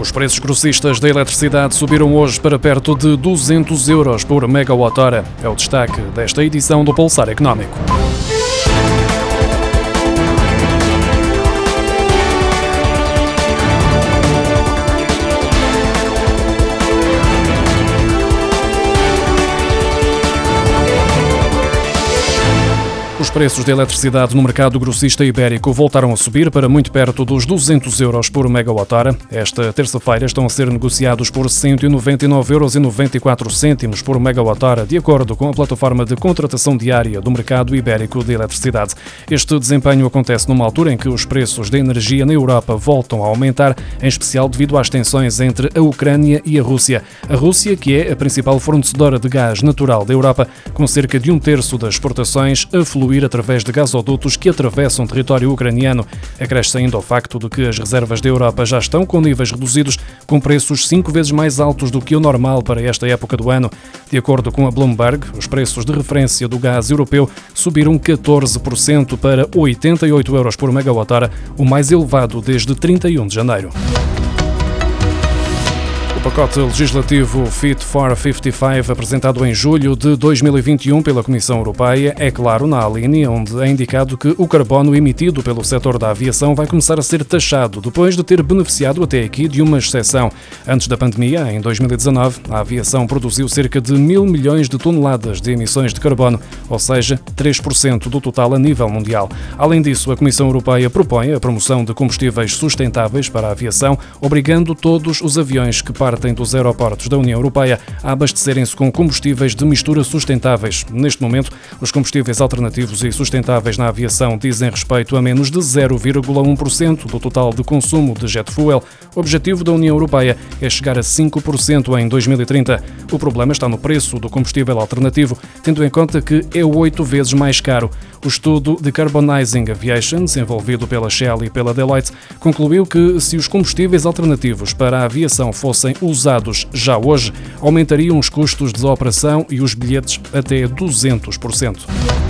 Os preços grossistas da eletricidade subiram hoje para perto de 200 euros por megawatt-hora. É o destaque desta edição do Pulsar Económico. Os preços da eletricidade no mercado grossista ibérico voltaram a subir para muito perto dos 200 euros por megawatt-hora. Esta terça-feira estão a ser negociados por 199,94 euros por megawatt-hora, de acordo com a plataforma de contratação diária do mercado ibérico de eletricidade. Este desempenho acontece numa altura em que os preços da energia na Europa voltam a aumentar, em especial devido às tensões entre a Ucrânia e a Rússia. A Rússia, que é a principal fornecedora de gás natural da Europa, com cerca de um terço das exportações a fluir através de gasodutos que atravessam território ucraniano. Acresce ainda ao facto de que as reservas da Europa já estão com níveis reduzidos, com preços 5 vezes mais altos do que o normal para esta época do ano. De acordo com a Bloomberg, os preços de referência do gás europeu subiram 14% para 88 euros por megawatt-hora, o mais elevado desde 31 de janeiro. O pacote legislativo Fit for 55, apresentado em julho de 2021 pela Comissão Europeia, é claro na linha onde é indicado que o carbono emitido pelo setor da aviação vai começar a ser taxado, depois de ter beneficiado até aqui de uma exceção. Antes da pandemia, em 2019, a aviação produziu cerca de 1.000 milhões de toneladas de emissões de carbono, ou seja, 3% do total a nível mundial. Além disso, a Comissão Europeia propõe a promoção de combustíveis sustentáveis para a aviação, obrigando todos os aviões que partem dos aeroportos da União Europeia a abastecerem-se com combustíveis de mistura sustentáveis. Neste momento, os combustíveis alternativos e sustentáveis na aviação dizem respeito a menos de 0,1% do total de consumo de jet fuel. O objetivo da União Europeia é chegar a 5% em 2030. O problema está no preço do combustível alternativo, tendo em conta que é 8 vezes mais caro. O estudo Decarbonizing Aviation, desenvolvido pela Shell e pela Deloitte, concluiu que se os combustíveis alternativos para a aviação fossem usados já hoje, aumentariam os custos de operação e os bilhetes até 200%.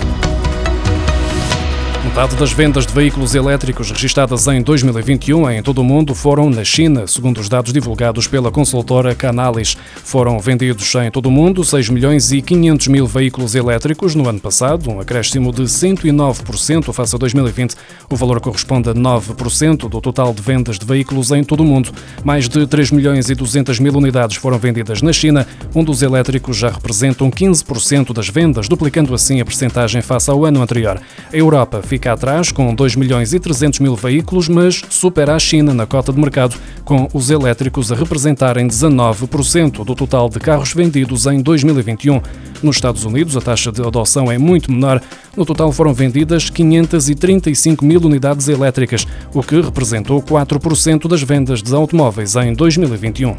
Metade das vendas de veículos elétricos registadas em 2021 em todo o mundo foram na China, segundo os dados divulgados pela consultora Canalys. Foram vendidos em todo o mundo 6 milhões e 500 mil veículos elétricos no ano passado, um acréscimo de 109% face a 2020. O valor corresponde a 9% do total de vendas de veículos em todo o mundo. Mais de 3 milhões e 200 mil unidades foram vendidas na China, onde os elétricos já representam 15% das vendas, duplicando assim a percentagem face ao ano anterior. A Europa fica atrás com 2 milhões e 300 mil veículos, mas supera a China na cota de mercado, com os elétricos a representarem 19% do total de carros vendidos em 2021. Nos Estados Unidos, a taxa de adoção é muito menor. No total foram vendidas 535 mil unidades elétricas, o que representou 4% das vendas de automóveis em 2021.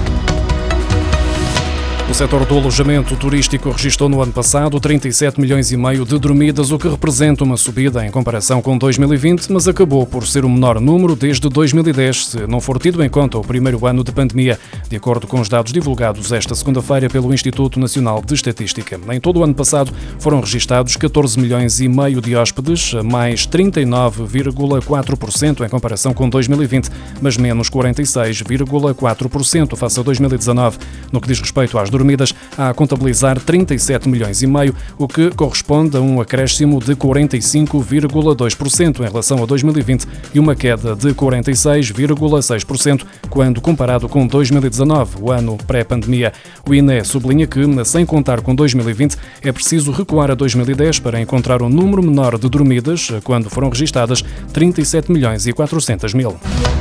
O setor do alojamento turístico registrou no ano passado 37 milhões e meio de dormidas, o que representa uma subida em comparação com 2020, mas acabou por ser o menor número desde 2010, se não for tido em conta o primeiro ano de pandemia, de acordo com os dados divulgados esta segunda-feira pelo Instituto Nacional de Estatística. Em todo o ano passado foram registados 14 milhões e meio de hóspedes, mais 39,4% em comparação com 2020, mas menos 46,4% face a 2019. No que diz respeito às dormidas, há a contabilizar 37 milhões e meio, o que corresponde a um acréscimo de 45,2% em relação a 2020 e uma queda de 46,6% quando comparado com 2019, o ano pré-pandemia. O INE sublinha que, sem contar com 2020, é preciso recuar a 2010 para encontrar um número menor de dormidas, quando foram registadas 37 milhões e 400 mil.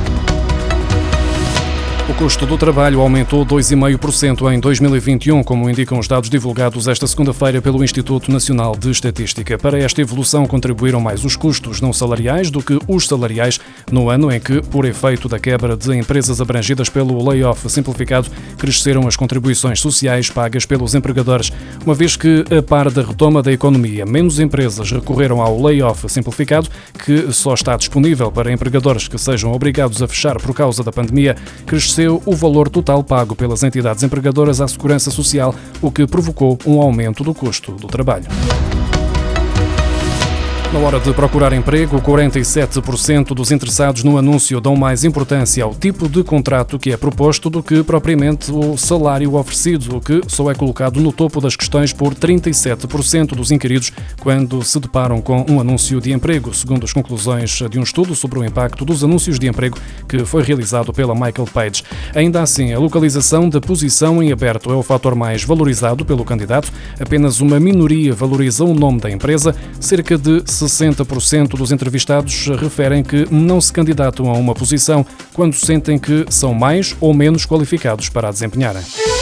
O custo do trabalho aumentou 2,5% em 2021, como indicam os dados divulgados esta segunda-feira pelo Instituto Nacional de Estatística. Para esta evolução contribuíram mais os custos não salariais do que os salariais, no ano em que, por efeito da quebra de empresas abrangidas pelo layoff simplificado, cresceram as contribuições sociais pagas pelos empregadores. Uma vez que, a par da retoma da economia, menos empresas recorreram ao layoff simplificado, que só está disponível para empregadores que sejam obrigados a fechar por causa da pandemia, cresceu o valor total pago pelas entidades empregadoras à Segurança Social, o que provocou um aumento do custo do trabalho. Na hora de procurar emprego, 47% dos interessados no anúncio dão mais importância ao tipo de contrato que é proposto do que propriamente o salário oferecido, o que só é colocado no topo das questões por 37% dos inquiridos quando se deparam com um anúncio de emprego, segundo as conclusões de um estudo sobre o impacto dos anúncios de emprego que foi realizado pela Michael Page. Ainda assim, a localização da posição em aberto é o fator mais valorizado pelo candidato. Apenas uma minoria valoriza o nome da empresa. Cerca de 60% dos entrevistados referem que não se candidatam a uma posição quando sentem que são mais ou menos qualificados para a desempenharem.